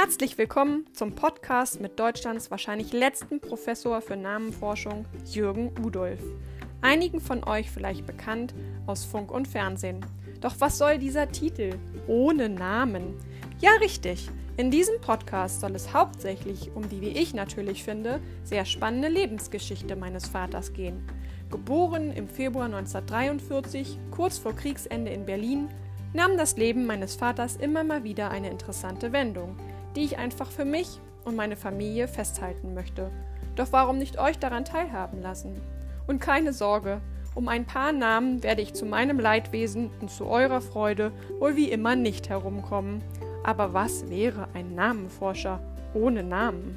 Herzlich willkommen zum Podcast mit Deutschlands wahrscheinlich letzten Professor für Namenforschung, Jürgen Udolf. Einigen von euch vielleicht bekannt aus Funk und Fernsehen. Doch was soll dieser Titel ohne Namen? Ja, richtig. In diesem Podcast soll es hauptsächlich um die, wie ich natürlich finde, sehr spannende Lebensgeschichte meines Vaters gehen. Geboren im Februar 1943, kurz vor Kriegsende in Berlin, nahm das Leben meines Vaters immer mal wieder eine interessante Wendung, die ich einfach für mich und meine Familie festhalten möchte. Doch warum nicht euch daran teilhaben lassen? Und keine Sorge, um ein paar Namen werde ich zu meinem Leidwesen und zu eurer Freude wohl wie immer nicht herumkommen. Aber was wäre ein Namenforscher ohne Namen?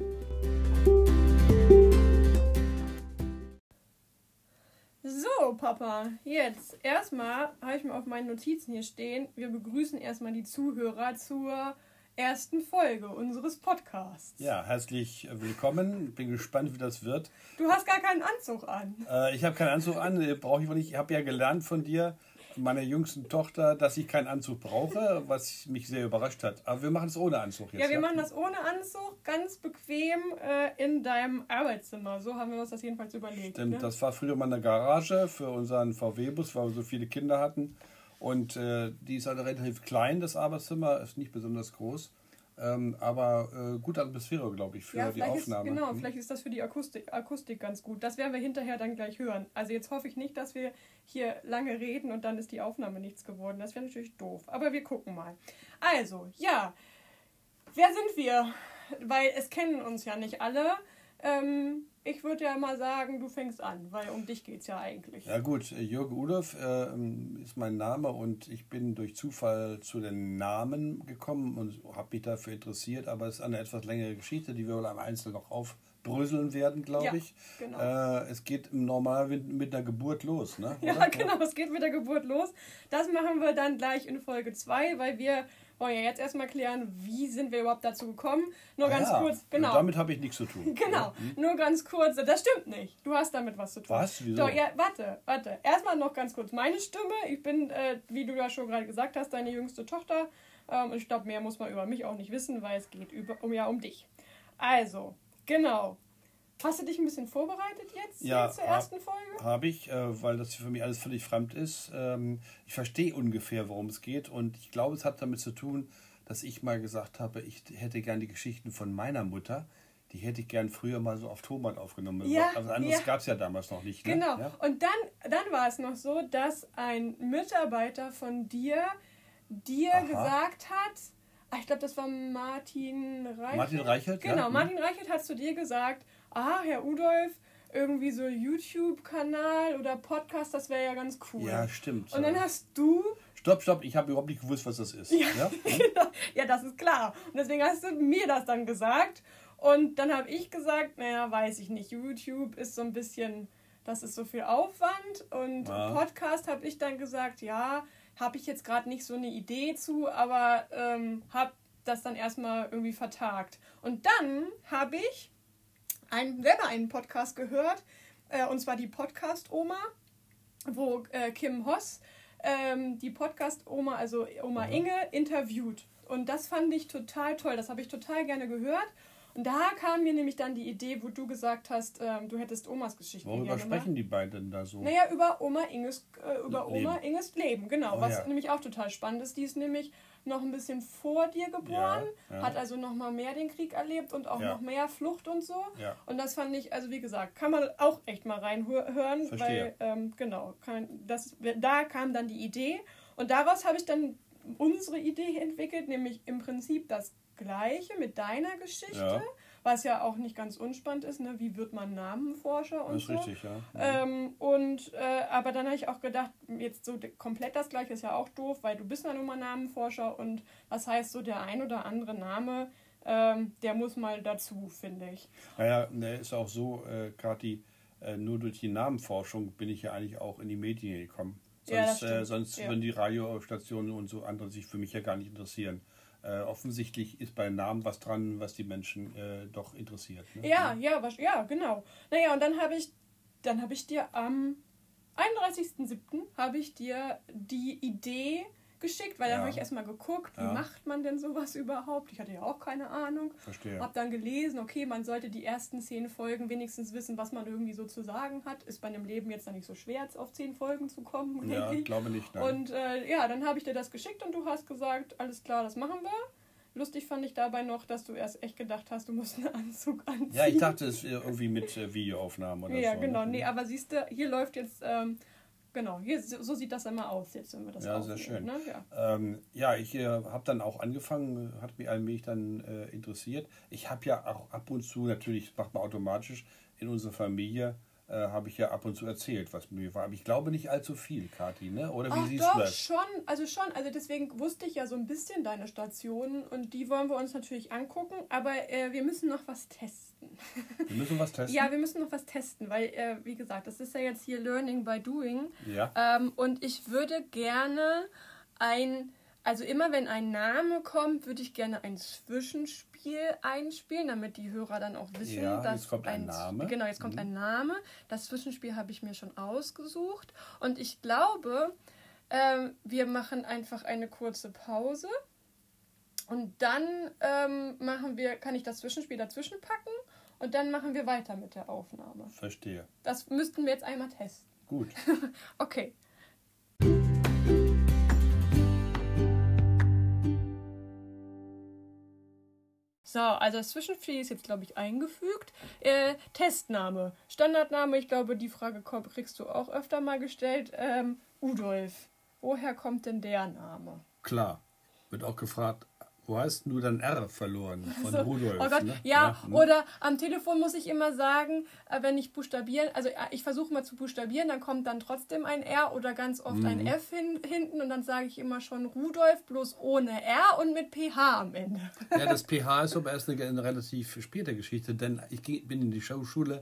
So, Papa, jetzt erstmal habe ich mir auf meinen Notizen hier stehen. Wir begrüßen erstmal die Zuhörer zur ersten Folge unseres Podcasts. Ja, herzlich willkommen. Bin gespannt, wie das wird. Du hast gar keinen Anzug an. Ich habe keinen Anzug an, brauche ich wohl nicht. Ich habe ja gelernt von dir, meiner jüngsten Tochter, dass ich keinen Anzug brauche, was mich sehr überrascht hat. Aber wir machen es ohne Anzug jetzt. Ja, wir machen das ohne Anzug, ganz bequem in deinem Arbeitszimmer. So haben wir uns das jedenfalls überlegt. Stimmt, ne? Das war früher mal eine Garage für unseren VW-Bus, weil wir so viele Kinder hatten. Und die ist halt relativ klein, das Arbeitszimmer, ist nicht besonders groß. Aber gute Atmosphäre, glaube ich, für die Aufnahme. Genau, vielleicht ist das für die Akustik ganz gut. Das werden wir hinterher dann gleich hören. Also jetzt hoffe ich nicht, dass wir hier lange reden und dann ist die Aufnahme nichts geworden. Das wäre natürlich doof. Aber wir gucken mal. Also, ja, wer sind wir? Weil es kennen uns ja nicht alle. Ich würde ja mal sagen, du fängst an, weil um dich geht es ja eigentlich. Ja gut, Jürgen Udolf ist mein Name und ich bin durch Zufall zu den Namen gekommen und habe mich dafür interessiert, aber es ist eine etwas längere Geschichte, die wir wohl am Einzelnen noch aufbröseln werden, glaube ich. Genau. Es geht im Normalfall mit der Geburt los, ne? Ja, oder? Genau, es geht mit der Geburt los. Das machen wir dann gleich in Folge 2, weil wir wollen ja jetzt erstmal klären, wie sind wir überhaupt dazu gekommen. Nur ganz kurz, genau. Damit habe ich nichts zu tun. Genau, nur ganz kurz, das stimmt nicht. Du hast damit was zu tun. Was? Wieso? So, ja, warte. Erstmal noch ganz kurz meine Stimme. Ich bin, wie du ja schon gerade gesagt hast, deine jüngste Tochter. Ich glaube, mehr muss man über mich auch nicht wissen, weil es geht um dich. Also, genau. Hast du dich ein bisschen vorbereitet jetzt zur ersten Folge? Habe ich, weil das für mich alles völlig fremd ist. Ich verstehe ungefähr, worum es geht und ich glaube, es hat damit zu tun, dass ich mal gesagt habe, ich hätte gern die Geschichten von meiner Mutter, die hätte ich gern früher mal so auf Tonband aufgenommen. Ja, also anderes gab es ja damals noch nicht. Ne? Genau, ja? Und dann war es noch so, dass ein Mitarbeiter von dir gesagt hat, ich glaube, das war Martin Reichelt. Martin Reichelt, genau, ja. Martin Reichelt hat zu dir gesagt, Herr Udolf, irgendwie so YouTube-Kanal oder Podcast, das wäre ja ganz cool. Ja, stimmt. Und dann hast du... Stopp, ich habe überhaupt nicht gewusst, was das ist. Ja? Genau. Ja, das ist klar. Und deswegen hast du mir das dann gesagt. Und dann habe ich gesagt, weiß ich nicht, YouTube ist so ein bisschen, das ist so viel Aufwand. Und Podcast habe ich dann gesagt, ja, habe ich jetzt gerade nicht so eine Idee zu, aber habe das dann erstmal irgendwie vertagt. Und dann habe ich selber einen Podcast gehört, und zwar die Podcast-Oma, wo Kim Hoss die Podcast-Oma, also Oma Inge, interviewt. Und das fand ich total toll, das habe ich total gerne gehört. Und da kam mir nämlich dann die Idee, wo du gesagt hast, du hättest Omas Geschichten gerne. Worüber sprechen die beiden da so? Über Oma Inges Leben, genau. Was nämlich auch total spannend ist. Die ist nämlich noch ein bisschen vor dir geboren, hat also noch mal mehr den Krieg erlebt und auch noch mehr Flucht und so. Ja. Und das fand ich, also wie gesagt, kann man auch echt mal reinhören. Verstehe. Weil, da kam dann die Idee. Und daraus habe ich dann unsere Idee entwickelt, nämlich im Prinzip das Gleiche mit deiner Geschichte, was ja auch nicht ganz unspannend ist, ne? Wie wird man Namenforscher und so. Das ist richtig, ja. Aber dann habe ich auch gedacht, jetzt so komplett das Gleiche ist ja auch doof, weil du bist ja nun mal Namenforscher und das heißt so der ein oder andere Name, der muss mal dazu, finde ich. Naja, ist auch so, Kathi, nur durch die Namenforschung bin ich ja eigentlich auch in die Medien gekommen. Sonst würden die Radiostationen und so andere sich für mich ja gar nicht interessieren. Offensichtlich ist bei Namen was dran, was die Menschen doch interessiert. Ne? Ja, genau. Naja, und dann habe ich dir am 31.07. habe ich dir die Idee geschickt, weil dann habe ich erstmal geguckt, wie macht man denn sowas überhaupt? Ich hatte ja auch keine Ahnung. Verstehe. Habe dann gelesen, okay, man sollte die ersten 10 Folgen wenigstens wissen, was man irgendwie so zu sagen hat. Ist bei einem Leben jetzt dann nicht so schwer, jetzt auf 10 Folgen zu kommen. Ja, glaube nicht. Nein. Und dann habe ich dir das geschickt und du hast gesagt, alles klar, das machen wir. Lustig fand ich dabei noch, dass du erst echt gedacht hast, du musst einen Anzug anziehen. Ja, ich dachte, es wäre irgendwie mit Videoaufnahmen oder so. Ja, genau. Nee, aber siehst du, hier läuft jetzt, genau, hier, so sieht das immer aus jetzt, wenn wir das aufnehmen. Ja, sehr schön. Ne? Ich habe dann auch angefangen, hat mich allmählich dann interessiert. Ich habe ja auch ab und zu, natürlich, das macht man automatisch, in unserer Familie habe ich ja ab und zu erzählt, was mir war. Aber ich glaube nicht allzu viel, Kathi, ne? Oder wie siehst du das? Schon. Also deswegen wusste ich ja so ein bisschen deine Stationen und die wollen wir uns natürlich angucken, aber wir müssen noch was testen. Wir müssen was testen? Ja, wir müssen noch was testen, weil, wie gesagt, das ist ja jetzt hier Learning by Doing. Ja. Und ich würde gerne also immer wenn ein Name kommt, würde ich gerne ein Zwischenspiel einspielen, damit die Hörer dann auch wissen, dass jetzt kommt ein Name. Genau, jetzt kommt ein Name. Das Zwischenspiel habe ich mir schon ausgesucht. Und ich glaube, wir machen einfach eine kurze Pause. Und dann kann ich das Zwischenspiel dazwischen packen und dann machen wir weiter mit der Aufnahme. Verstehe. Das müssten wir jetzt einmal testen. Gut. Okay. So, also das Zwischenspiel ist jetzt, glaube ich, eingefügt. Testname, Standardname, ich glaube, die Frage kriegst du auch öfter mal gestellt. Udolf, woher kommt denn der Name? Klar, wird auch gefragt, wo hast du dann R verloren von Rudolf? Oh Gott, ne? Oder am Telefon muss ich immer sagen, wenn ich buchstabieren, also ich versuche mal zu buchstabieren, dann kommt dann trotzdem ein R oder ganz oft ein F hinten und dann sage ich immer schon Rudolf, bloß ohne R und mit PH am Ende. Ja, das PH ist aber erst eine relativ späte Geschichte, denn ich bin in die Schauschule,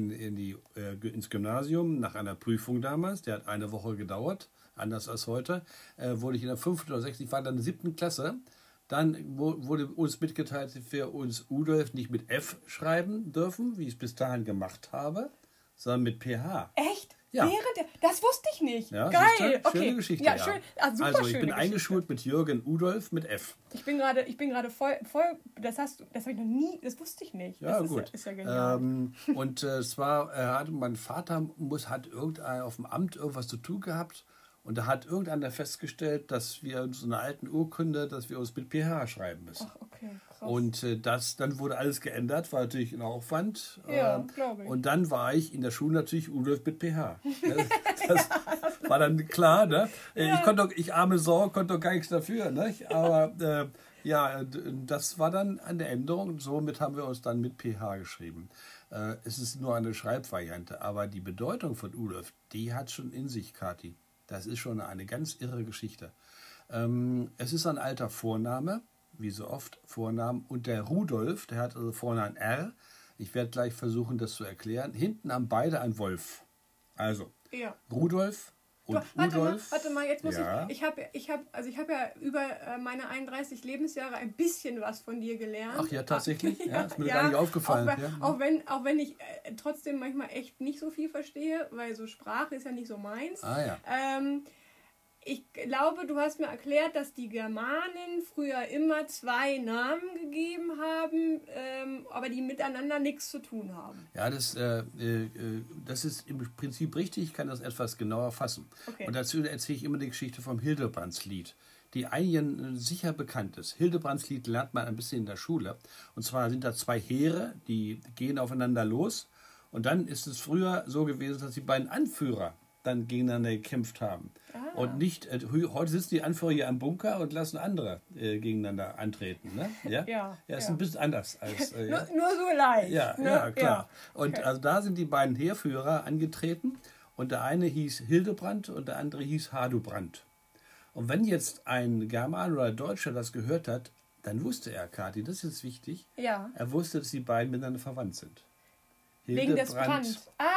ins Gymnasium nach einer Prüfung damals, der hat eine Woche gedauert, anders als heute, wurde ich in der 5. oder 6., ich war dann in der 7. Klasse. Dann wurde uns mitgeteilt, dass wir uns Udolf nicht mit F schreiben dürfen, wie ich es bis dahin gemacht habe, sondern mit PH. Echt? Ja. Das wusste ich nicht. Ja, geil. Okay. Schöne Geschichte. Ja, schön. Super also ich schöne bin Geschichte. eingeschult mit Jürgen Udolf mit F. Ich bin gerade voll, das habe ich noch nie, das wusste ich nicht. Ja, das gut. Ist ja genial. Und zwar hatte mein Vater hat irgendein auf dem Amt irgendwas zu tun gehabt. Und da hat irgendeiner festgestellt, dass wir so eine alten Urkunde, dass wir uns mit PH schreiben müssen. Ach, okay, krass. Und dann wurde alles geändert, war natürlich ein Aufwand. Ja, glaube ich. Und dann war ich in der Schule natürlich Udolf mit PH. Das war dann klar, ne? Ja. Ich arme Sau, konnte doch gar nichts dafür, ne? Aber das war dann eine Änderung und somit haben wir uns dann mit PH geschrieben. Es ist nur eine Schreibvariante, aber die Bedeutung von Udolf, die hat schon in sich, Kathi. Das ist schon eine ganz irre Geschichte. Es ist ein alter Vorname, wie so oft Vornamen. Und der Rudolf, der hat also vorne ein R. Ich werde gleich versuchen, das zu erklären. Hinten haben beide ein Wolf. Also, Rudolf und Udolf. Warte mal, jetzt muss ich habe ja über meine 31 Lebensjahre ein bisschen was von dir gelernt. Ach ja, tatsächlich? Ja, ist mir gar nicht aufgefallen. Auch wenn ich trotzdem manchmal echt nicht so viel verstehe, weil so Sprache ist ja nicht so meins. Ah ja. Ich glaube, du hast mir erklärt, dass die Germanen früher immer 2 Namen gegeben haben, aber die miteinander nichts zu tun haben. Ja, das ist im Prinzip richtig. Ich kann das etwas genauer fassen. Okay. Und dazu erzähle ich immer die Geschichte vom Hildebrandslied, die einigen sicher bekannt ist. Hildebrandslied lernt man ein bisschen in der Schule. Und zwar sind da 2 Heere, die gehen aufeinander los. Und dann ist es früher so gewesen, dass die beiden Anführer dann gegeneinander gekämpft haben. Und nicht, heute sitzen die Anführer hier am Bunker und lassen andere gegeneinander antreten. Ne? Ja, ist ein bisschen anders. Als, nur so leicht. Ja, ne? Ja, klar. Und also da sind die beiden Heerführer angetreten und der eine hieß Hildebrand und der andere hieß Hardubrand. Und wenn jetzt ein German oder Deutscher das gehört hat, dann wusste er, Kathi, das ist jetzt wichtig, er wusste, dass die beiden miteinander verwandt sind. Wegen des Brands.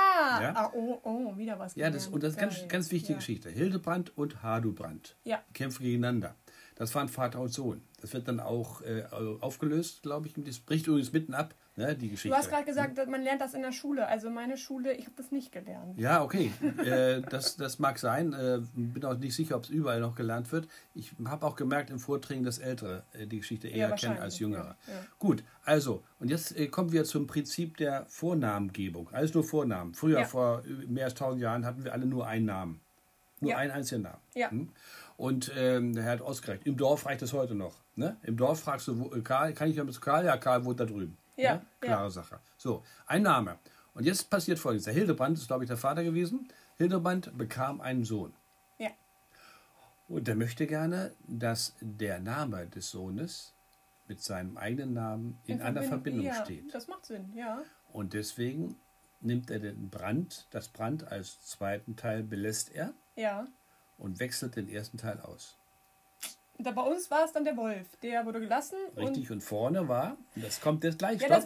Wieder was. Ja, das ist eine ganz wichtige Geschichte. Hildebrand und Hardubrand kämpfen gegeneinander. Das waren Vater und Sohn. Das wird dann auch aufgelöst, glaube ich. Das bricht übrigens mitten ab. ne, die Geschichte. Du hast gerade gesagt, man lernt das in der Schule. Also meine Schule, ich habe das nicht gelernt. Ja, okay. Das mag sein. Bin auch nicht sicher, ob es überall noch gelernt wird. Ich habe auch gemerkt in Vorträgen, dass Ältere die Geschichte eher kennen als Jüngere. Ja. Gut, also, und jetzt kommen wir zum Prinzip der Vornamengebung. Alles nur Vornamen. Früher, vor mehr als 1000 Jahren, hatten wir alle nur einen Namen. Nur einen einzigen Namen. Ja. Und der Herr hat ausgerechnet, im Dorf reicht es heute noch. Ne? Im Dorf fragst du, Karl, kann ich damit zu Karl? Ja, Karl wohnt da drüben. Ja. Ne? Klare Sache. So, ein Name. Und jetzt passiert Folgendes. Der Hildebrand ist, glaube ich, der Vater gewesen. Hildebrand bekam einen Sohn. Ja. Und der möchte gerne, dass der Name des Sohnes mit seinem eigenen Namen in einer Verbindung steht. Das macht Sinn, ja. Und deswegen nimmt er den Brand, das Brand als zweiten Teil belässt er. Ja. Und wechselt den ersten Teil aus. Und bei uns war es dann der Wolf. Der wurde gelassen. Richtig, und vorne war, das kommt jetzt gleich. Ja, das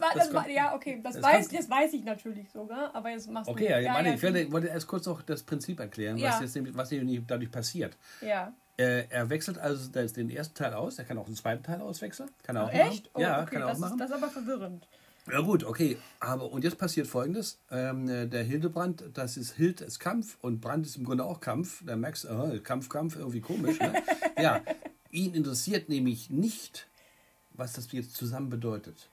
weiß ich natürlich sogar, aber jetzt machst du okay, ich wollte erst kurz noch das Prinzip erklären, was nämlich dadurch passiert. Ja. Er wechselt also den ersten Teil aus, er kann auch den zweiten Teil auswechseln. Kann er auch echt? Machen. Ja, kann er auch machen. Das ist aber verwirrend. Ja gut, okay, und jetzt passiert Folgendes, der Hildebrand, das ist Hild ist Kampf und Brand ist im Grunde auch Kampf, da merkst du, Kampf, irgendwie komisch, ne? Ja, ihn interessiert nämlich nicht, was das jetzt zusammen bedeutet.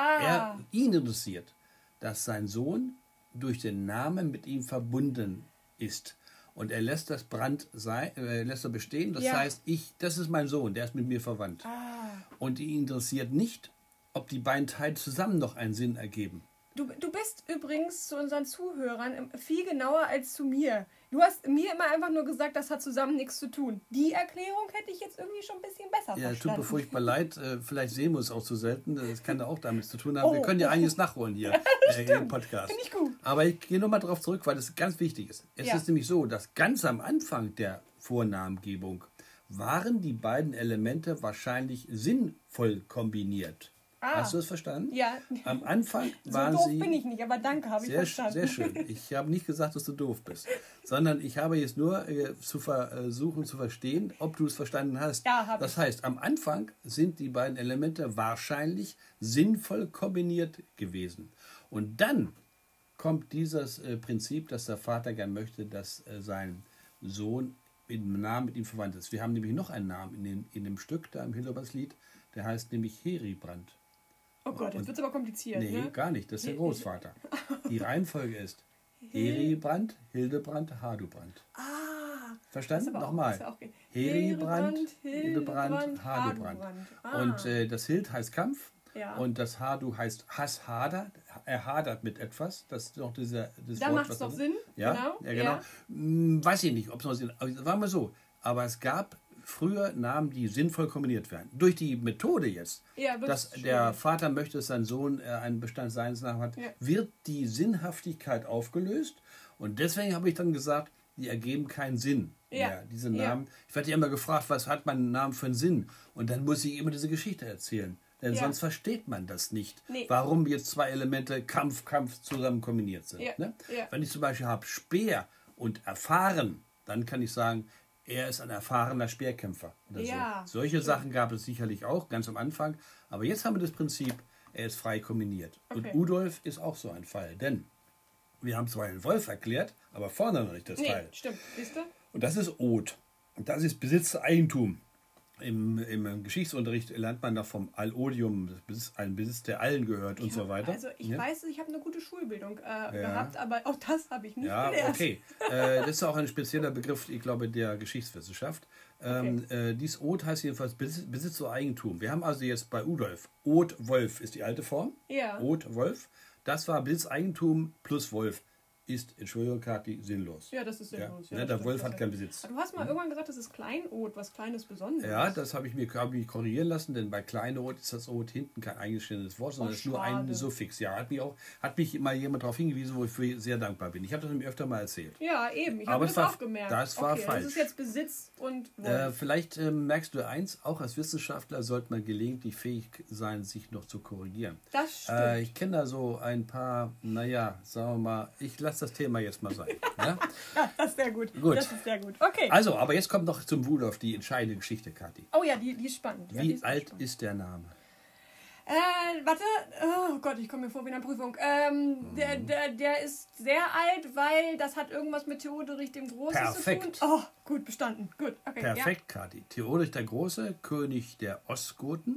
Ihn interessiert, dass sein Sohn durch den Namen mit ihm verbunden ist. Und er lässt das Brand lässt er bestehen, das heißt, das ist mein Sohn, der ist mit mir verwandt. Und ihn interessiert nicht, ob die beiden Teile zusammen noch einen Sinn ergeben. Du bist übrigens zu unseren Zuhörern viel genauer als zu mir. Du hast mir immer einfach nur gesagt, das hat zusammen nichts zu tun. Die Erklärung hätte ich jetzt irgendwie schon ein bisschen besser verstanden. Tut mir furchtbar leid. Vielleicht sehen wir uns auch zu selten. Das kann da auch damit zu tun haben. Wir können ja einiges nachholen hier im Podcast. Finde ich gut. Aber ich gehe nochmal darauf zurück, weil das ganz wichtig ist. Es ist nämlich so, dass ganz am Anfang der Vornamengebung waren die beiden Elemente wahrscheinlich sinnvoll kombiniert. Hast du es verstanden? Ja. Am Anfang waren so doof bin ich nicht, aber danke, habe ich verstanden. Sehr schön. Ich habe nicht gesagt, dass du doof bist, sondern ich habe jetzt nur zu versuchen zu verstehen, ob du es verstanden hast. Ja, habe ich. Das heißt, am Anfang sind die beiden Elemente wahrscheinlich sinnvoll kombiniert gewesen. Und dann kommt dieses Prinzip, dass der Vater gern möchte, dass sein Sohn im Namen mit ihm verwandt ist. Wir haben nämlich noch einen Namen in dem Stück, da im Hildebrandslied, der heißt nämlich Heribrand. Oh Gott, jetzt wird es aber kompliziert. Nee, ne? Gar nicht. Das ist der Großvater. Die Reihenfolge ist Heribrand, Hildebrand, Hadubrand. Verstanden? Nochmal. Heribrand, Hildebrand, Hadubrand. Und das Hild heißt Kampf. Ja. Und das Hadu heißt Hasshadert. Er hadert mit etwas. Das ist noch das da Wort. Macht es doch Sinn. Ja, genau. Ja. Weiß ich nicht, ob es noch Sinn hat. Sagen wir mal so. Aber es gab früher Namen, die sinnvoll kombiniert werden. Durch die Methode jetzt, dass der Vater möchte, dass sein Sohn einen Bestand seines Namens hat, wird die Sinnhaftigkeit aufgelöst. Und deswegen habe ich dann gesagt, die ergeben keinen Sinn mehr, diese Namen. Ich werde ja immer gefragt, was hat mein Name für einen Sinn? Und dann muss ich immer diese Geschichte erzählen. Denn sonst versteht man das nicht, warum jetzt zwei Elemente Kampf zusammen kombiniert sind. Ne? Wenn ich zum Beispiel habe Speer und erfahren, dann kann ich sagen, er ist ein erfahrener Speerkämpfer. Oder so. Solche Sachen gab es sicherlich auch, ganz am Anfang. Aber jetzt haben wir das Prinzip, er ist frei kombiniert. Okay. Und Udolf ist auch so ein Fall. Denn wir haben zwar einen Wolf erklärt, aber vorne noch nicht das Teil. Stimmt, siehst du? Und das ist Od. Und das ist Besitzeigentum. Im Geschichtsunterricht lernt man da vom Allodium, ein Besitz, der allen gehört und so weiter. Also ich weiß, ich habe eine gute Schulbildung gehabt, aber auch das habe ich nicht gelernt. Okay. Das ist auch ein spezieller Begriff, ich glaube, der Geschichtswissenschaft. Dies Od heißt jedenfalls Besitz oder Eigentum. Wir haben also jetzt bei Udolf, Od, Wolf ist die alte Form. Ja. Od, Wolf. Das war Besitzeigentum plus Wolf. Ist, Entschuldigung, Kathi, sinnlos. Ja, das ist sinnlos. Ja, der Wolf hat keinen Besitz. Du hast mal irgendwann gesagt, das ist Kleinod, was Kleines Besonderes. Ja, das habe ich mich korrigieren lassen, denn bei Kleinod ist das Od hinten kein eigenständiges Wort, sondern es ist nur ein Suffix. Ja, hat mich mal jemand darauf hingewiesen, wo ich für sehr dankbar bin. Ich habe das nämlich öfter mal erzählt. Ja, eben. Ich habe das auch gemerkt. Das war falsch. Das ist jetzt Besitz und Wolf. Vielleicht merkst du eins, auch als Wissenschaftler sollte man gelegentlich fähig sein, sich noch zu korrigieren. Das stimmt. Ich kenne da so ein paar, sagen wir mal, ich lasse das Thema jetzt mal sein. Ja? Ja, das ist sehr gut. Das ist sehr gut. Okay. Also, aber jetzt kommt noch zum Rudolf die entscheidende Geschichte, Kathi. Oh ja, die ist spannend. Wie alt ist der Name? Warte. Oh Gott, ich komme mir vor wie in einer Prüfung. Der ist sehr alt, weil das hat irgendwas mit Theodorich dem Großen Perfekt. zu tun. Oh, gut, bestanden. Gut, okay. Perfekt, Kathi. Theodorich der Große, König der Ostgoten.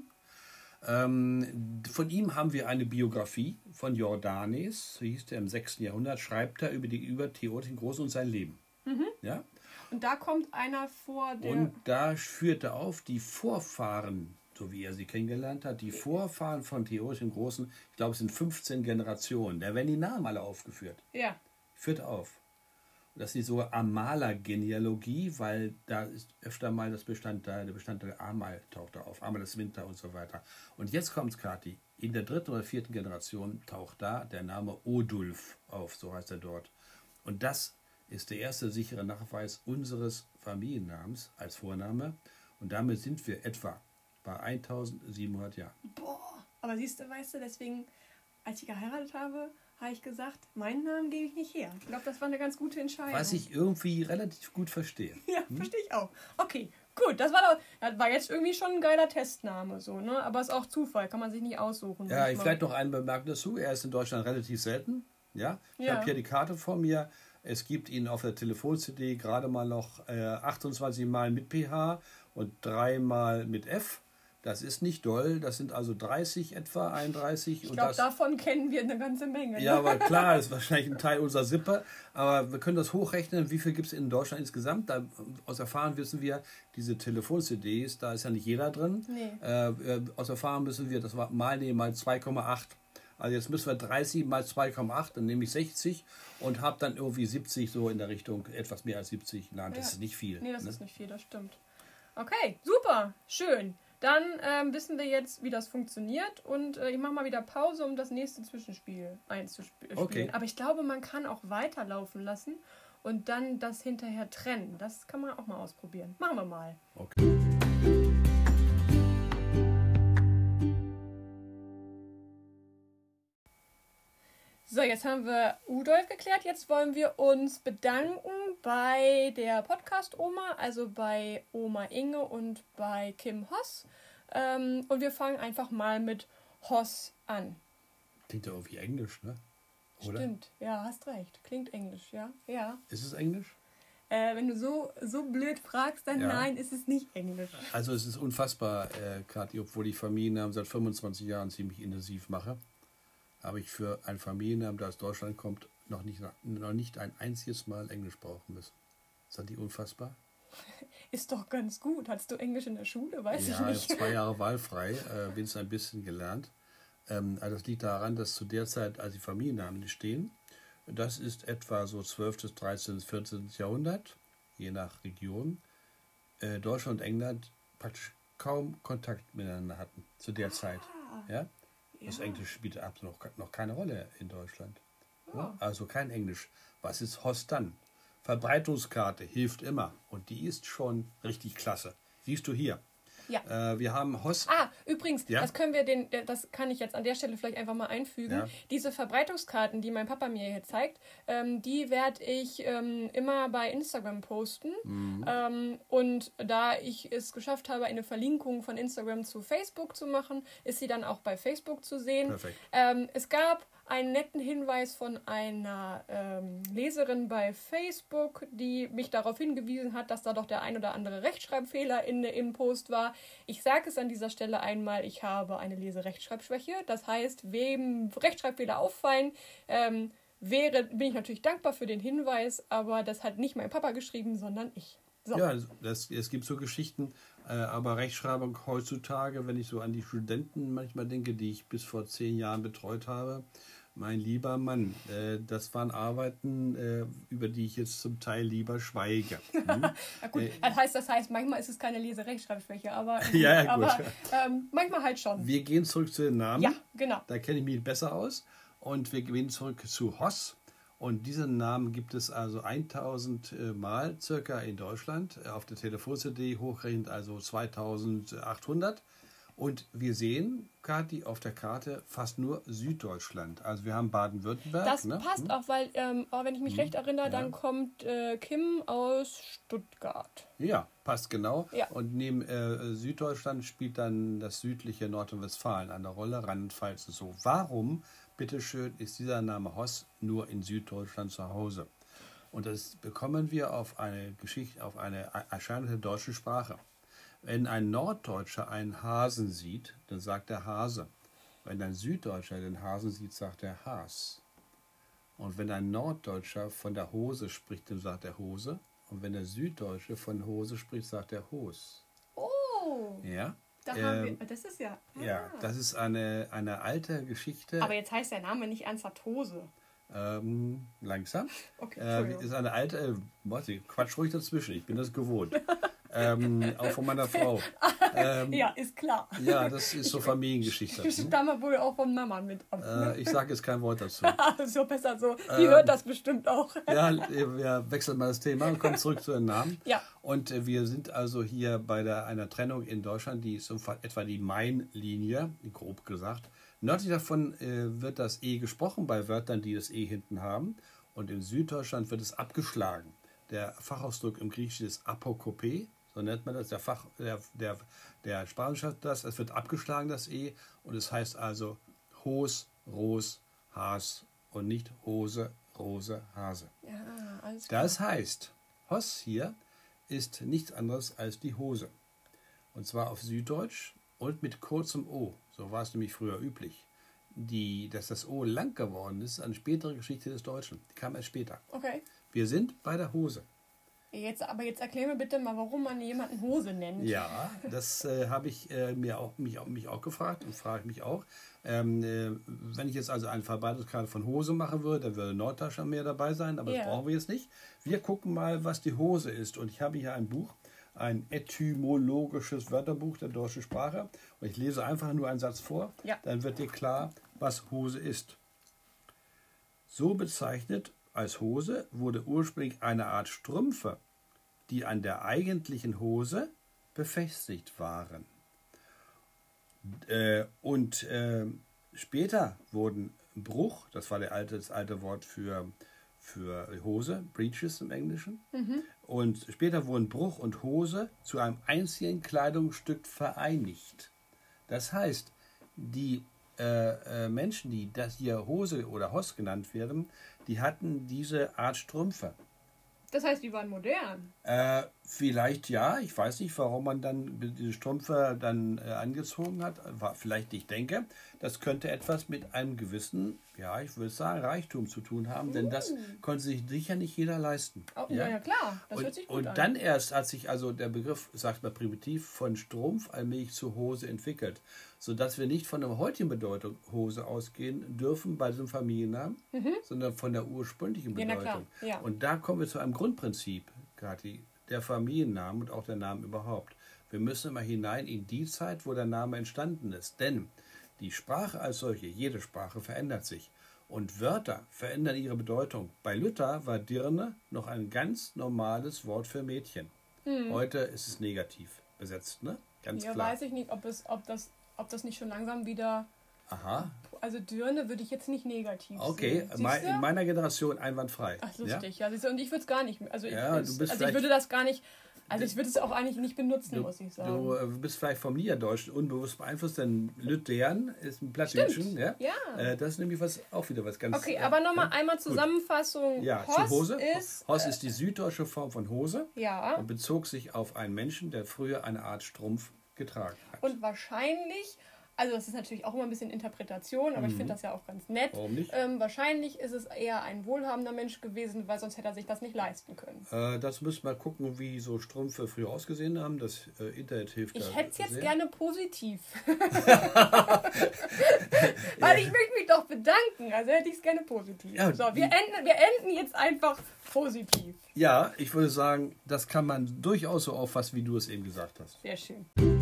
Von ihm haben wir eine Biografie von Jordanes, so hieß der im 6. Jahrhundert, schreibt er über Theodorich den Großen und sein Leben. Ja? Und da kommt einer vor, der... Und da führt er auf, die Vorfahren, so wie er sie kennengelernt hat, die Vorfahren von Theodorich dem Großen, ich glaube es sind 15 Generationen, da werden die Namen alle aufgeführt. Ja. Führt auf. Das ist die so Amala-Genealogie, weil da ist öfter mal der Bestandteil Amal taucht da auf, Amal des Winter und so weiter. Und jetzt kommt's, Kathi, in der 3. oder 4. Generation taucht da der Name Odulf auf, so heißt er dort. Und das ist der erste sichere Nachweis unseres Familiennamens als Vorname. Und damit sind wir etwa bei 1700 Jahren. Boah, aber siehst du, weißt du, deswegen, als ich geheiratet habe ich gesagt, meinen Namen gebe ich nicht her. Ich glaube, das war eine ganz gute Entscheidung. Was ich irgendwie relativ gut verstehe. Ja, verstehe ich auch. Okay, gut, das war jetzt irgendwie schon ein geiler Testname, so, ne? Aber ist auch Zufall, kann man sich nicht aussuchen. Ja, vielleicht noch eine Bemerkung dazu. Er ist in Deutschland relativ selten. Ja? Ich habe hier die Karte vor mir. Es gibt ihn auf der Telefon-CD gerade mal noch 28 Mal mit PH und 3 Mal mit F. Das ist nicht doll, das sind also 30 etwa, 31. Ich glaube, davon kennen wir eine ganze Menge. Ne? Ja, aber klar, das ist wahrscheinlich ein Teil unserer Sippe. Aber wir können das hochrechnen, wie viel gibt es in Deutschland insgesamt. Aus Erfahrung wissen wir, diese Telefon-CDs, da ist ja nicht jeder drin. Nee. Aus Erfahrung müssen wir, das war mal 2,8. Also jetzt müssen wir 30 mal 2,8, dann nehme ich 60 und habe dann irgendwie 70, so in der Richtung, etwas mehr als 70. Nein, das ist nicht viel. Nee, das ist nicht viel, das stimmt. Okay, super, schön. Dann wissen wir jetzt, wie das funktioniert und ich mache mal wieder Pause, um das nächste Zwischenspiel einzuspielen. Okay. Aber ich glaube, man kann auch weiterlaufen lassen und dann das hinterher trennen. Das kann man auch mal ausprobieren. Machen wir mal. Okay. So, jetzt haben wir Udolf geklärt. Jetzt wollen wir uns bedanken bei der Podcast-Oma, also bei Oma Inge und bei Kim Hoss. Und wir fangen einfach mal mit Hoss an. Klingt ja irgendwie Englisch, ne? Oder? Stimmt, ja, hast recht. Klingt Englisch, ja. Ja. Ist es Englisch? Wenn du so blöd fragst, dann nein, ist es nicht Englisch. Also es ist unfassbar, Kathi, obwohl ich Familiennamen seit 25 Jahren ziemlich intensiv mache. Habe ich für einen Familiennamen, der aus Deutschland kommt, noch nicht ein einziges Mal Englisch brauchen müssen. Ist das nicht unfassbar? Ist doch ganz gut. Hattest du Englisch in der Schule? Weiß ich nicht. Ja, 2 Jahre wahlfrei, wenigstens ein bisschen gelernt. Also das liegt daran, dass zu der Zeit, als die Familiennamen entstehen, das ist etwa so 12., 13., 14. Jahrhundert, je nach Region, Deutschland und England praktisch kaum Kontakt miteinander hatten zu der Zeit. Ja? Das Englisch spielt absolut noch keine Rolle in Deutschland. Ja. Also kein Englisch. Was ist Hoss dann? Verbreitungskarte hilft immer. Und die ist schon richtig klasse. Siehst du hier. Ja. Wir haben Hoss. Übrigens, das kann ich jetzt an der Stelle vielleicht einfach mal einfügen. Ja. Diese Verbreitungskarten, die mein Papa mir hier zeigt, die werde ich immer bei Instagram posten. Mhm. Und da ich es geschafft habe, eine Verlinkung von Instagram zu Facebook zu machen, ist sie dann auch bei Facebook zu sehen. Perfekt. Es gab einen netten Hinweis von einer Leserin bei Facebook, die mich darauf hingewiesen hat, dass da doch der ein oder andere Rechtschreibfehler im Post war. Ich sage es an dieser Stelle einmal, ich habe eine Leserechtschreibschwäche. Das heißt, wem Rechtschreibfehler auffallen, bin ich natürlich dankbar für den Hinweis, aber das hat nicht mein Papa geschrieben, sondern ich. So. Ja, es gibt so Geschichten, aber Rechtschreibung heutzutage, wenn ich so an die Studenten manchmal denke, die ich bis vor 10 Jahren betreut habe, mein lieber Mann, das waren Arbeiten, über die ich jetzt zum Teil lieber schweige. Ja, gut. Das heißt, manchmal ist es keine Leserechtschreibschwäche, aber, manchmal halt schon. Wir gehen zurück zu den Namen. Ja, genau. Da kenne ich mich besser aus. Und wir gehen zurück zu Hoss. Und diesen Namen gibt es also 1000 Mal circa in Deutschland. Auf der Telefon-CD hochrechnet also 2800. Und wir sehen, Kathi, auf der Karte fast nur Süddeutschland. Also wir haben Baden-Württemberg. Das passt auch, weil, wenn ich mich recht erinnere, dann kommt Kim aus Stuttgart. Ja, passt genau. Ja. Und neben Süddeutschland spielt dann das südliche Nordrhein-Westfalen eine Rolle, Rheinland-Pfalz und so. Warum, bitteschön, ist dieser Name Hoss nur in Süddeutschland zu Hause? Und das bekommen wir auf eine Geschichte, auf eine Erscheinung der deutschen Sprache. Wenn ein Norddeutscher einen Hasen sieht, dann sagt er Hase. Wenn ein Süddeutscher den Hasen sieht, sagt er Has. Und wenn ein Norddeutscher von der Hose spricht, dann sagt er Hose. Und wenn der Süddeutsche von Hose spricht, sagt er Hos. Oh! Ja. Das ist ja... Ja, das ist eine alte Geschichte. Aber jetzt heißt der Name nicht ernsthaft Hose. Langsam. Okay, ist eine alte... Quatsch ruhig dazwischen, ich bin das gewohnt. Auch von meiner Frau. Ja, ist klar. Ja, das ist so Familiengeschichte. Ich stamme wohl auch von Mama mit ab. Ich sage jetzt kein Wort dazu. So besser so. Die hört das bestimmt auch. Ja, wir wechseln mal das Thema und kommen zurück zu den Namen. Ja. Und wir sind also hier bei einer Trennung in Deutschland, die ist etwa die Main-Linie, grob gesagt. Nördlich davon wird das E gesprochen bei Wörtern, die das E hinten haben. Und in Süddeutschland wird es abgeschlagen. Der Fachausdruck im Griechischen ist Apokopē. So nennt man das, der Spanische hat das, es wird abgeschlagen, das E, und es heißt also Hos, Ros, Has und nicht Hose, Rose, Hase. Ja, alles klar. Das heißt, Hos hier ist nichts anderes als die Hose. Und zwar auf Süddeutsch und mit kurzem O. So war es nämlich früher üblich. Dass das O lang geworden ist, eine spätere Geschichte des Deutschen. Die kam erst später. Okay. Wir sind bei der Hose. Jetzt erklär mir bitte mal, warum man jemanden Hose nennt. Ja, das habe ich mich auch gefragt und frage mich auch. Wenn ich jetzt also eine Verbreitungskarte von Hose machen würde, dann würde Norddeutschland mehr dabei sein, aber das brauchen wir jetzt nicht. Wir gucken mal, was die Hose ist. Und ich habe hier ein Buch, ein etymologisches Wörterbuch der deutschen Sprache. Und ich lese einfach nur einen Satz vor, dann wird dir klar, was Hose ist. So bezeichnet als Hose wurde ursprünglich eine Art Strümpfe, die an der eigentlichen Hose befestigt waren. Später wurden Bruch, das war das alte Wort für Hose, Breeches im Englischen, und später wurden Bruch und Hose zu einem einzigen Kleidungsstück vereinigt. Das heißt, die Menschen, die das hier Hose oder Hoss genannt werden, die hatten diese Art Strümpfe. Das heißt, die waren modern? Vielleicht ja. Ich weiß nicht, warum man dann diese Strümpfe dann angezogen hat. Vielleicht, ich denke, das könnte etwas mit einem gewissen, ja, ich würde sagen, Reichtum zu tun haben, denn das konnte sich sicher nicht jeder leisten. Oh, ja, klar, das hört sich gut an. Und dann erst hat sich also der Begriff, sagt man primitiv, von Strumpf allmählich zu Hose entwickelt, sodass wir nicht von der heutigen Bedeutung Hose ausgehen dürfen bei diesem Familiennamen, sondern von der ursprünglichen Bedeutung. Ja, na klar. Ja. Und da kommen wir zu einem Grundprinzip, Kathi, der Familiennamen und auch der Name überhaupt. Wir müssen immer hinein in die Zeit, wo der Name entstanden ist, denn die Sprache als solche, jede Sprache verändert sich. Und Wörter verändern ihre Bedeutung. Bei Luther war Dirne noch ein ganz normales Wort für Mädchen. Heute ist es negativ besetzt, ne? Ganz klar. Ja, weiß ich nicht, ob das nicht schon langsam wieder... Aha. Also Dirne würde ich jetzt nicht negativ sehen. Okay, in meiner Generation einwandfrei. Ach, lustig. Ja, und ich würde es gar nicht... Also, ich würde das gar nicht... Also ich würde es auch eigentlich nicht benutzen, muss ich sagen. Du bist vielleicht vom Niederdeutschen unbewusst beeinflusst, denn Lüttern ist ein Plattdeutschen. Ja? Das ist nämlich auch wieder was ganz... Okay, aber nochmal einmal Zusammenfassung. Ja, Hoss zu Hose. Ist, Hoss ist die süddeutsche Form von Hose und bezog sich auf einen Menschen, der früher eine Art Strumpf getragen hat. Und wahrscheinlich... Also das ist natürlich auch immer ein bisschen Interpretation, aber ich finde das ja auch ganz nett. Warum nicht? Wahrscheinlich ist es eher ein wohlhabender Mensch gewesen, weil sonst hätte er sich das nicht leisten können. Das müssen wir gucken, wie so Strümpfe früher ausgesehen haben. Das Internet hilft da. Ich hätte es jetzt gerne positiv. Weil ich möchte mich doch bedanken, also hätte ich es gerne positiv. Ja, so, wir enden jetzt einfach positiv. Ja, ich würde sagen, das kann man durchaus so auffassen, wie du es eben gesagt hast. Sehr schön.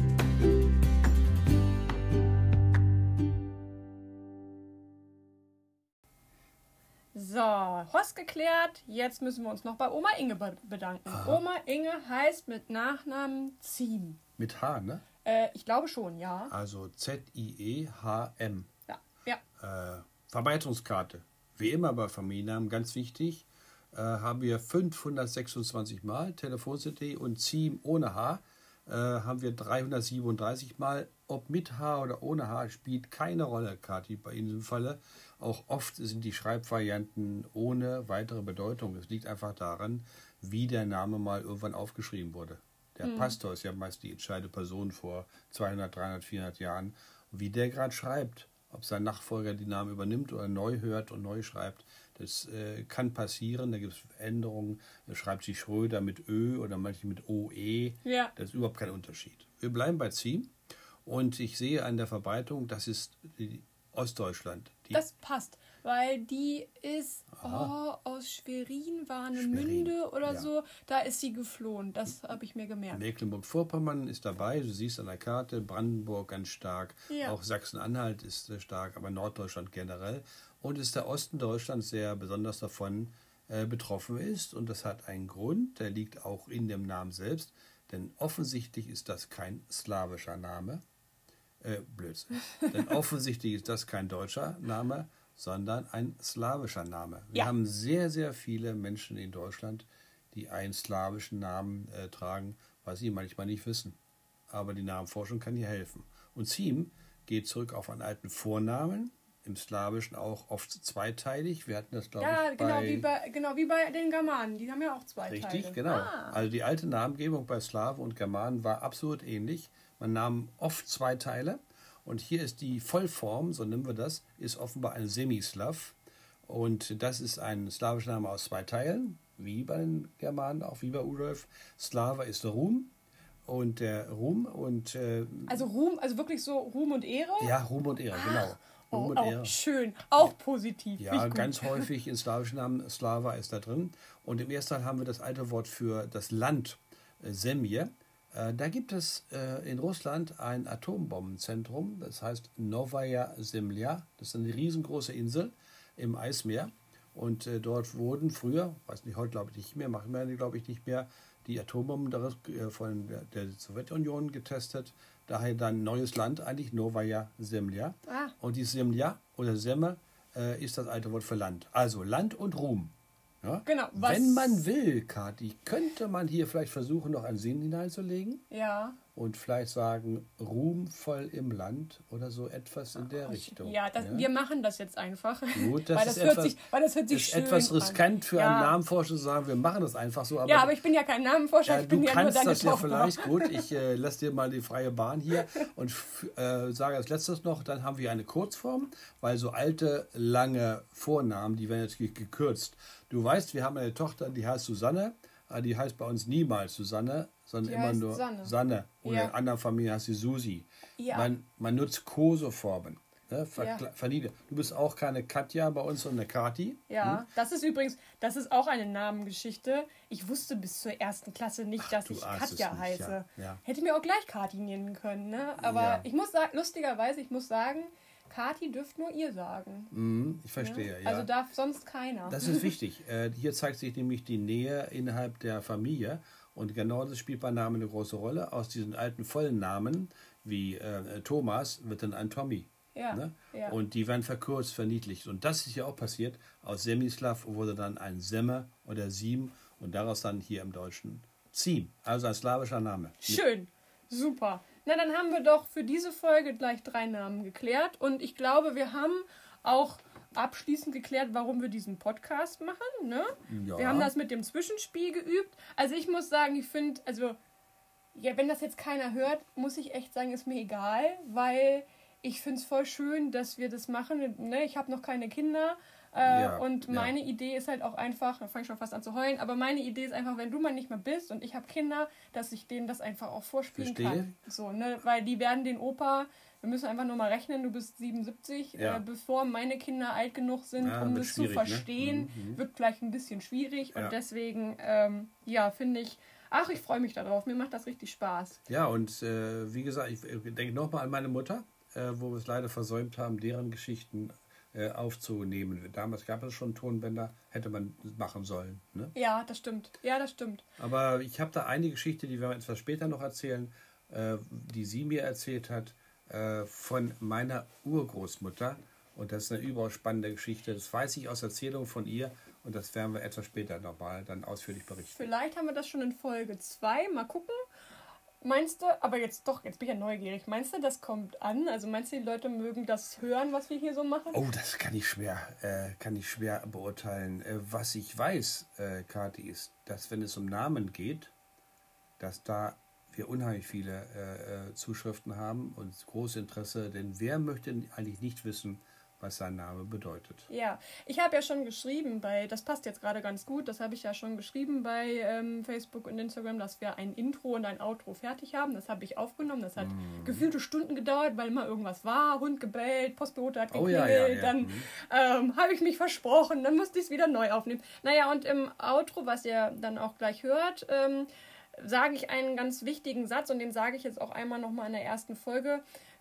So, Hoss geklärt. Jetzt müssen wir uns noch bei Oma Inge bedanken. Aha. Oma Inge heißt mit Nachnamen Ziem. Mit H, ne? Ich glaube schon, ja. Also Z-I-E-H-M. Ja, ja. Verbreitungskarte. Wie immer bei Familiennamen, ganz wichtig, haben wir 526 Mal Telefon-CD und Ziem ohne H haben wir 337 Mal. Ob mit H oder ohne H spielt keine Rolle, Kathi, bei Ihnen im Falle. Auch oft sind die Schreibvarianten ohne weitere Bedeutung. Es liegt einfach daran, wie der Name mal irgendwann aufgeschrieben wurde. Der Pastor ist ja meist die entscheidende Person vor 200, 300, 400 Jahren. Und wie der gerade schreibt, ob sein Nachfolger die Namen übernimmt oder neu hört und neu schreibt, das kann passieren. Da gibt es Änderungen. Da schreibt sich Schröder mit Ö oder manche mit OE. Ja. Das ist überhaupt kein Unterschied. Wir bleiben bei Ziem. Und ich sehe an der Verbreitung, das ist Ostdeutschland. Das passt, weil die ist aus Schwerin, Warnemünde oder ja. so. Da ist sie geflohen. Das habe ich mir gemerkt. Mecklenburg-Vorpommern ist dabei. Du siehst an der Karte, Brandenburg ganz stark. Ja. Auch Sachsen-Anhalt ist stark, aber Norddeutschland generell. Und ist der Osten Deutschlands sehr besonders davon betroffen ist. Und das hat einen Grund, der liegt auch in dem Namen selbst. Denn offensichtlich ist das kein slawischer Name. Blödsinn. Denn offensichtlich ist das kein deutscher Name, sondern ein slawischer Name. Wir haben sehr, sehr viele Menschen in Deutschland, die einen slawischen Namen tragen, was sie manchmal nicht wissen. Aber die Namenforschung kann hier helfen. Und Ziem geht zurück auf einen alten Vornamen, im Slawischen auch oft zweiteilig. Wir hatten das, glaube ich, genau wie bei den Germanen. Die haben ja auch zwei Teile. Richtig, genau. Also die alte Namengebung bei Slawen und Germanen war absolut ähnlich. Man nahm oft zwei Teile. Und hier ist die Vollform, so nennen wir das, ist offenbar ein Semislav. Und das ist ein slawischer Name aus zwei Teilen, wie bei den Germanen, auch wie bei Udolf. Slava ist der Ruhm. Und der Ruhm und... also Ruhm, also wirklich so Ruhm und Ehre? Ja, Ruhm und Ehre, genau. Ruhm und Ehre. Schön, auch positiv. Ja, ganz häufig in slawischen Namen, Slava ist da drin. Und im ersten Teil haben wir das alte Wort für das Land, Semje. Da gibt es in Russland ein Atombombenzentrum, das heißt Novaya Zemlya. Das ist eine riesengroße Insel im Eismeer. Und dort wurden früher, weiß nicht, heute glaube ich nicht mehr, machen wir glaube ich nicht mehr, die Atombomben von der Sowjetunion getestet. Daher dann neues Land, eigentlich Novaya Zemlya. Und die Zemlya oder Semme ist das alte Wort für Land. Also Land und Ruhm. Ja? Genau. Wenn man will, Kathi, könnte man hier vielleicht versuchen, noch einen Sinn hineinzulegen. Ja. Und vielleicht sagen, ruhmvoll im Land oder so etwas in der Richtung. Ja, wir machen das jetzt einfach. Gut, weil das hört sich schön etwas riskant an. für einen Namenforscher zu sagen, wir machen das einfach so. Aber ich bin ja kein Namenforscher, ich bin ja nur deine Du kannst das ja Tochter. vielleicht. Gut, ich lasse dir mal die freie Bahn hier und sage als letztes noch, dann haben wir eine Kurzform, weil so alte, lange Vornamen, die werden natürlich gekürzt. Du weißt, wir haben eine Tochter, die heißt Susanne, die heißt bei uns niemals Susanne, sondern immer nur Sanne. Oder in anderen Familien heißt sie Susi. Ja. Man nutzt Koseformen. Ne? Du bist auch keine Katja bei uns, sondern eine Kati. Ja, das ist auch eine Namengeschichte. Ich wusste bis zur 1. Klasse nicht, dass ich Katja heiße. Ja. Hätte mir auch gleich Kati nennen können. Ne? Aber ich muss sagen, lustigerweise, Kati dürft nur ihr sagen. Ich verstehe, ja. Also darf sonst keiner. Das ist wichtig. Hier zeigt sich nämlich die Nähe innerhalb der Familie. Und genau das spielt bei Namen eine große Rolle. Aus diesen alten vollen Namen wie Thomas wird dann ein Tommy. Ja, ne? ja. Und die werden verkürzt, verniedlicht. Und das ist ja auch passiert. Aus Semislav wurde dann ein Semme oder Siem und daraus dann hier im Deutschen Ziem. Also ein slawischer Name. Schön, super. Na, dann haben wir doch für diese Folge gleich 3 Namen geklärt. Und ich glaube, wir haben auch abschließend geklärt, warum wir diesen Podcast machen. Ne? Ja. Wir haben das mit dem Zwischenspiel geübt. Also ich muss sagen, ich finde, wenn das jetzt keiner hört, muss ich echt sagen, ist mir egal, weil ich finde es voll schön, dass wir das machen. Ne? Ich habe noch keine Kinder. Und meine Idee ist halt auch einfach, da fange ich schon fast an zu heulen, aber meine Idee ist einfach, wenn du mal nicht mehr bist und ich habe Kinder, dass ich denen das einfach auch vorspielen kann. So, ne? Weil die werden den Opa, wir müssen einfach nur mal rechnen, du bist 77, bevor meine Kinder alt genug sind, um das zu verstehen, wird vielleicht ein bisschen schwierig und deswegen, finde ich, ich freue mich darauf, mir macht das richtig Spaß. Ja, und wie gesagt, ich denke nochmal an meine Mutter, wo wir es leider versäumt haben, deren Geschichten aufzunehmen. Damals gab es schon Tonbänder, hätte man machen sollen. Ne? Ja, das stimmt. Aber ich habe da eine Geschichte, die werden wir etwas später noch erzählen, die sie mir erzählt hat, von meiner Urgroßmutter. Und das ist eine überaus spannende Geschichte. Das weiß ich aus Erzählungen von ihr. Und das werden wir etwas später nochmal dann ausführlich berichten. Vielleicht haben wir das schon in Folge 2. Mal gucken. Meinst du, aber jetzt bin ich ja neugierig. Meinst du, das kommt an? Also meinst du, die Leute mögen das hören, was wir hier so machen? Oh, das kann ich schwer beurteilen. Was ich weiß, Kathi, ist, dass wenn es um Namen geht, dass da wir unheimlich viele Zuschriften haben und großes Interesse. Denn wer möchte eigentlich nicht wissen, was sein Name bedeutet? Ja, ich habe ja schon geschrieben das passt jetzt gerade ganz gut, das habe ich ja schon geschrieben bei Facebook und Instagram, dass wir ein Intro und ein Outro fertig haben. Das habe ich aufgenommen. Das hat gefühlte Stunden gedauert, weil immer irgendwas war. Hund gebellt, Postbote hat geklingelt, dann habe ich mich versprochen, dann musste ich es wieder neu aufnehmen. Naja, und im Outro, was ihr dann auch gleich hört, sage ich einen ganz wichtigen Satz und den sage ich jetzt auch einmal nochmal in der ersten Folge,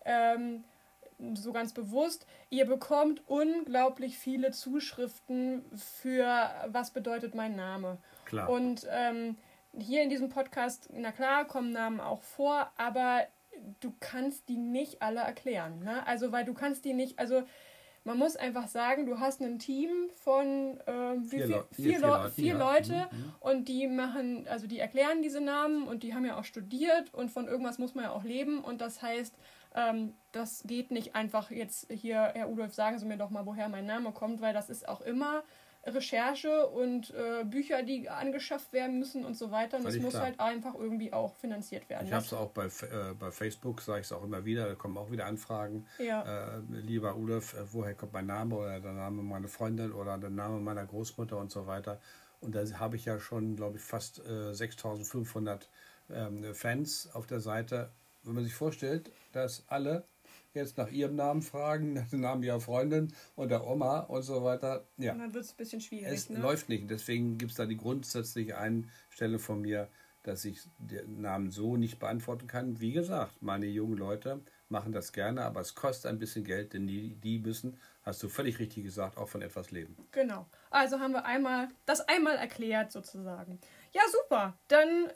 so ganz bewusst. Ihr bekommt unglaublich viele Zuschriften für was bedeutet mein Name. Klar. Und hier in diesem Podcast, na klar, kommen Namen auch vor, aber du kannst die nicht alle erklären. Ne? Also, weil du kannst die nicht, also man muss einfach sagen, du hast ein Team von vier Leute und die machen, also die erklären diese Namen und die haben ja auch studiert und von irgendwas muss man ja auch leben und das heißt, das geht nicht einfach jetzt hier, Herr Udolf, sagen Sie mir doch mal, woher mein Name kommt, weil das ist auch immer Recherche und Bücher, die angeschafft werden müssen und so weiter. Und das muss halt einfach irgendwie auch finanziert werden. Ich habe es auch bei Facebook, sage ich es auch immer wieder, da kommen auch wieder Anfragen. Ja. Lieber Udolf, woher kommt mein Name oder der Name meiner Freundin oder der Name meiner Großmutter und so weiter. Und da habe ich ja schon, glaube ich, fast 6.500 Fans auf der Seite. Wenn man sich vorstellt, dass alle jetzt nach ihrem Namen fragen, nach dem Namen ihrer Freundin und der Oma und so weiter. Ja. Und dann wird es ein bisschen schwierig. Es läuft nicht. Deswegen gibt es da die grundsätzliche Einstellung von mir, dass ich den Namen so nicht beantworten kann. Wie gesagt, meine jungen Leute machen das gerne, aber es kostet ein bisschen Geld, denn die müssen, hast du völlig richtig gesagt, auch von etwas leben. Genau. Also haben wir einmal erklärt sozusagen. Ja, super. Dann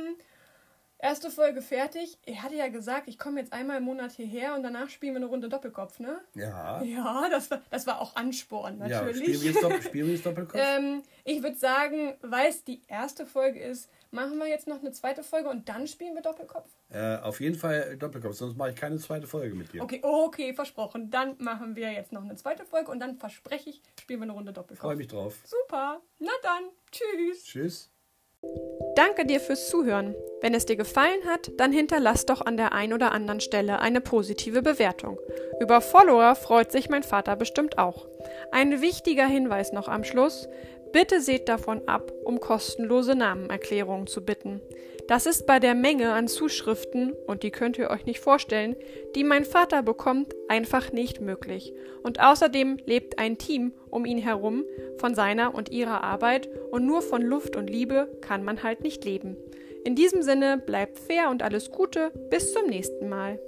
erste Folge fertig. Ich hatte ja gesagt, ich komme jetzt einmal im Monat hierher und danach spielen wir eine Runde Doppelkopf, ne? Ja. Ja, das war auch Ansporn, natürlich. Ja, spielen wir jetzt Doppelkopf? Ich würde sagen, weil es die erste Folge ist, machen wir jetzt noch eine zweite Folge und dann spielen wir Doppelkopf? Auf jeden Fall Doppelkopf, sonst mache ich keine zweite Folge mit dir. Okay, versprochen. Dann machen wir jetzt noch eine zweite Folge und dann verspreche ich, spielen wir eine Runde Doppelkopf. Freue mich drauf. Super. Na dann. Tschüss. Tschüss. Danke dir fürs Zuhören. Wenn es dir gefallen hat, dann hinterlass doch an der ein oder anderen Stelle eine positive Bewertung. Über Follower freut sich mein Vater bestimmt auch. Ein wichtiger Hinweis noch am Schluss: Bitte seht davon ab, um kostenlose Namenerklärungen zu bitten. Das ist bei der Menge an Zuschriften, und die könnt ihr euch nicht vorstellen, die mein Vater bekommt, einfach nicht möglich. Und außerdem lebt ein Team um ihn herum von seiner und ihrer Arbeit und nur von Luft und Liebe kann man halt nicht leben. In diesem Sinne, bleibt fair und alles Gute, bis zum nächsten Mal.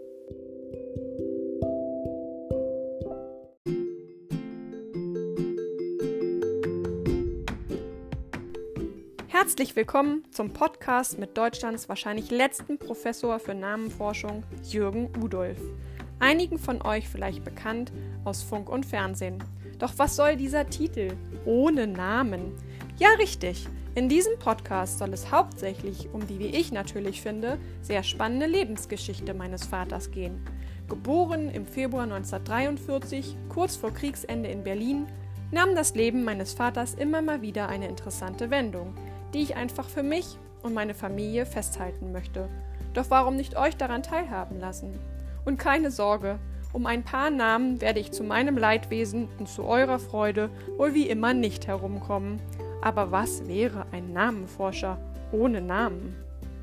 Herzlich willkommen zum Podcast mit Deutschlands wahrscheinlich letzten Professor für Namenforschung, Jürgen Udolf. Einigen von euch vielleicht bekannt aus Funk und Fernsehen. Doch was soll dieser Titel? Ohne Namen. Ja, richtig. In diesem Podcast soll es hauptsächlich um die, wie ich natürlich finde, sehr spannende Lebensgeschichte meines Vaters gehen. Geboren im Februar 1943, kurz vor Kriegsende in Berlin, nahm das Leben meines Vaters immer mal wieder eine interessante Wendung, die ich einfach für mich und meine Familie festhalten möchte. Doch warum nicht euch daran teilhaben lassen? Und keine Sorge, um ein paar Namen werde ich zu meinem Leidwesen und zu eurer Freude wohl wie immer nicht herumkommen. Aber was wäre ein Namenforscher ohne Namen?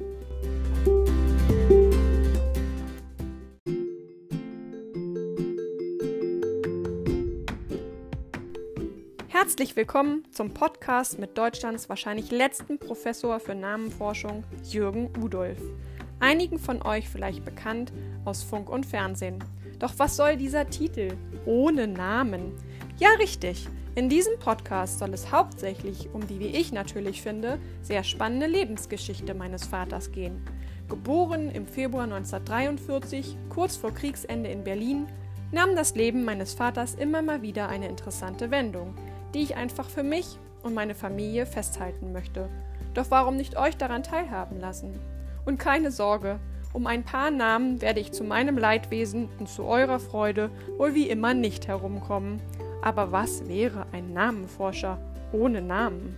Herzlich willkommen zum Podcast mit Deutschlands wahrscheinlich letzten Professor für Namenforschung, Jürgen Udolf. Einigen von euch vielleicht bekannt aus Funk und Fernsehen. Doch was soll dieser Titel? Ohne Namen. Ja, richtig. In diesem Podcast soll es hauptsächlich um die, wie ich natürlich finde, sehr spannende Lebensgeschichte meines Vaters gehen. Geboren im Februar 1943, kurz vor Kriegsende in Berlin, nahm das Leben meines Vaters immer mal wieder eine interessante Wendung, die ich einfach für mich und meine Familie festhalten möchte. Doch warum nicht euch daran teilhaben lassen? Und keine Sorge, um ein paar Namen werde ich zu meinem Leidwesen und zu eurer Freude wohl wie immer nicht herumkommen. Aber was wäre ein Namenforscher ohne Namen?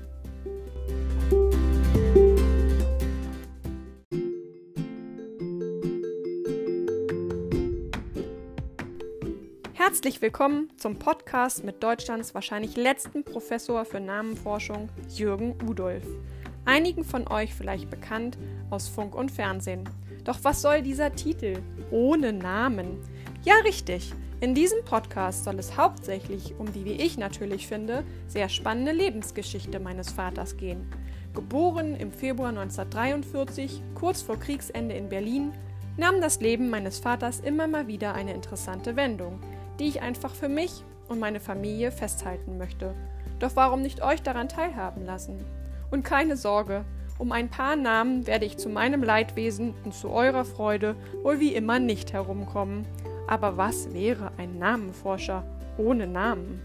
Herzlich willkommen zum Podcast mit Deutschlands wahrscheinlich letzten Professor für Namenforschung, Jürgen Udolf. Einigen von euch vielleicht bekannt aus Funk und Fernsehen. Doch was soll dieser Titel ohne Namen? Ja, richtig. In diesem Podcast soll es hauptsächlich um die, wie ich natürlich finde, sehr spannende Lebensgeschichte meines Vaters gehen. Geboren im Februar 1943, kurz vor Kriegsende in Berlin, nahm das Leben meines Vaters immer mal wieder eine interessante Wendung, die ich einfach für mich und meine Familie festhalten möchte. Doch warum nicht euch daran teilhaben lassen? Und keine Sorge, um ein paar Namen werde ich zu meinem Leidwesen und zu eurer Freude wohl wie immer nicht herumkommen. Aber was wäre ein Namenforscher ohne Namen?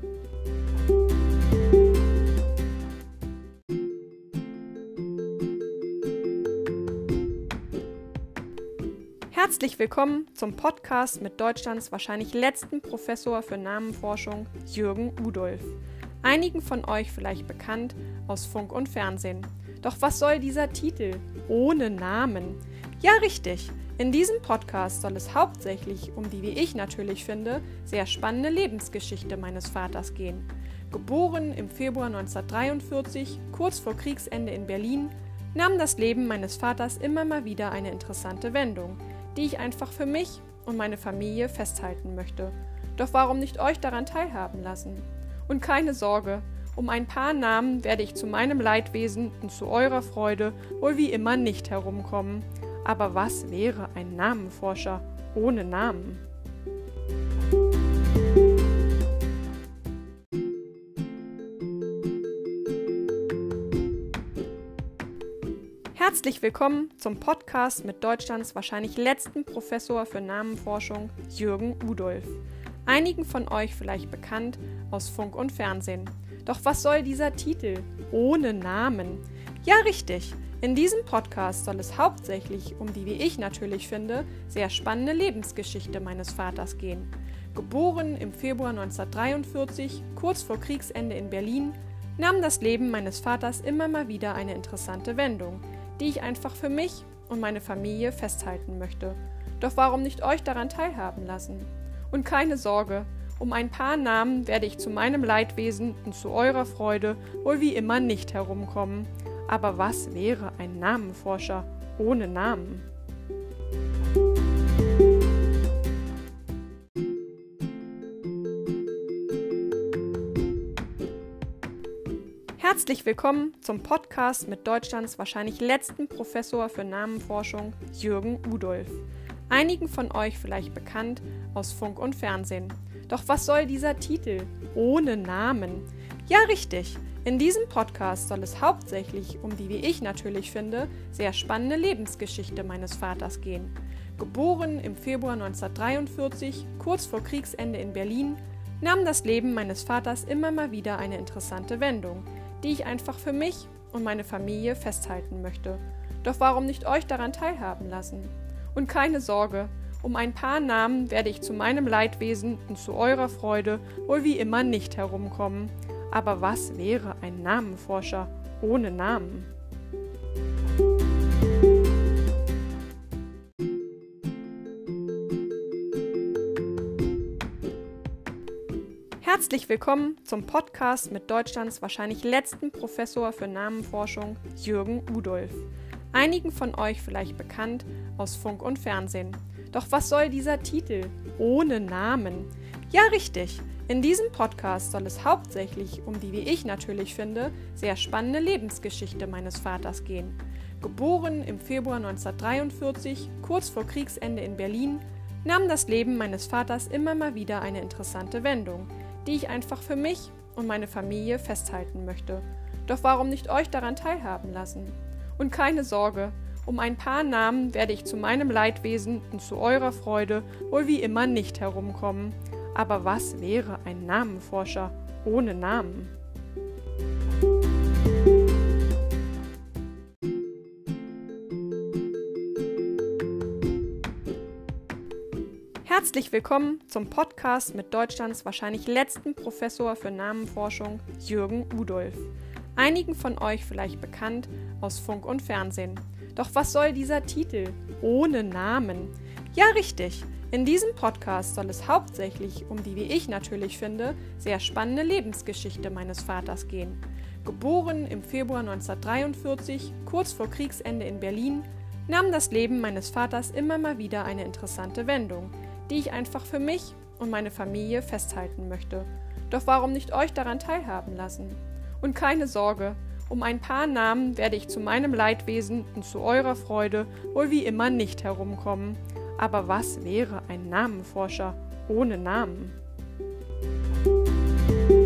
Herzlich willkommen zum Podcast mit Deutschlands wahrscheinlich letzten Professor für Namenforschung, Jürgen Udolf. Einigen von euch vielleicht bekannt aus Funk und Fernsehen. Doch was soll dieser Titel ohne Namen? Ja, richtig. In diesem Podcast soll es hauptsächlich um die, wie ich natürlich finde, sehr spannende Lebensgeschichte meines Vaters gehen. Geboren im Februar 1943, kurz vor Kriegsende in Berlin, nahm das Leben meines Vaters immer mal wieder eine interessante Wendung, die ich einfach für mich und meine Familie festhalten möchte. Doch warum nicht euch daran teilhaben lassen? Und keine Sorge, um ein paar Namen werde ich zu meinem Leidwesen und zu eurer Freude wohl wie immer nicht herumkommen. Aber was wäre ein Namenforscher ohne Namen? Herzlich willkommen zum Podcast mit Deutschlands wahrscheinlich letzten Professor für Namenforschung, Jürgen Udolf. Einigen von euch vielleicht bekannt aus Funk und Fernsehen. Doch was soll dieser Titel ohne Namen? Ja, richtig. In diesem Podcast soll es hauptsächlich um die, wie ich natürlich finde, sehr spannende Lebensgeschichte meines Vaters gehen. Geboren im Februar 1943, kurz vor Kriegsende in Berlin, nahm das Leben meines Vaters immer mal wieder eine interessante Wendung, die ich einfach für mich und meine Familie festhalten möchte. Doch warum nicht euch daran teilhaben lassen? Und keine Sorge, um ein paar Namen werde ich zu meinem Leidwesen und zu eurer Freude wohl wie immer nicht herumkommen. Aber was wäre ein Namenforscher ohne Namen? Herzlich willkommen zum Podcast mit Deutschlands wahrscheinlich letzten Professor für Namenforschung, Jürgen Udolf. Einigen von euch vielleicht bekannt aus Funk und Fernsehen. Doch was soll dieser Titel ohne Namen? Ja, richtig. In diesem Podcast soll es hauptsächlich um die, wie ich natürlich finde, sehr spannende Lebensgeschichte meines Vaters gehen. Geboren im Februar 1943, kurz vor Kriegsende in Berlin, nahm das Leben meines Vaters immer mal wieder eine interessante Wendung, die ich einfach für mich und meine Familie festhalten möchte. Doch warum nicht euch daran teilhaben lassen? Und keine Sorge, um ein paar Namen werde ich zu meinem Leidwesen und zu eurer Freude wohl wie immer nicht herumkommen. Aber was wäre ein Namenforscher ohne Namen? Herzlich willkommen zum Podcast mit Deutschlands wahrscheinlich letzten Professor für Namenforschung, Jürgen Udolf. Einigen von euch vielleicht bekannt aus Funk und Fernsehen. Doch was soll dieser Titel ohne Namen? Ja, richtig. In diesem Podcast soll es hauptsächlich um die, wie ich natürlich finde, sehr spannende Lebensgeschichte meines Vaters gehen. Geboren im Februar 1943, kurz vor Kriegsende in Berlin, nahm das Leben meines Vaters immer mal wieder eine interessante Wendung, die ich einfach für mich und meine Familie festhalten möchte. Doch warum nicht euch daran teilhaben lassen? Und keine Sorge, Um ein paar Namen werde ich zu meinem Leidwesen und zu eurer Freude wohl wie immer nicht herumkommen. Aber was wäre ein Namenforscher ohne Namen? Herzlich willkommen zum Podcast mit Deutschlands wahrscheinlich letzten Professor für Namenforschung, Jürgen Udolf. Einigen von euch vielleicht bekannt aus Funk und Fernsehen. Doch was soll dieser Titel? Ohne Namen. Ja, richtig. In diesem Podcast soll es hauptsächlich um die, wie ich natürlich finde, sehr spannende Lebensgeschichte meines Vaters gehen. Geboren im Februar 1943, kurz vor Kriegsende in Berlin, nahm das Leben meines Vaters immer mal wieder eine interessante Wendung, die ich einfach für mich und meine Familie festhalten möchte. Doch warum nicht euch daran teilhaben lassen? Und keine Sorge, um ein paar Namen werde ich zu meinem Leidwesen und zu eurer Freude wohl wie immer nicht herumkommen. Aber was wäre ein Namenforscher ohne Namen?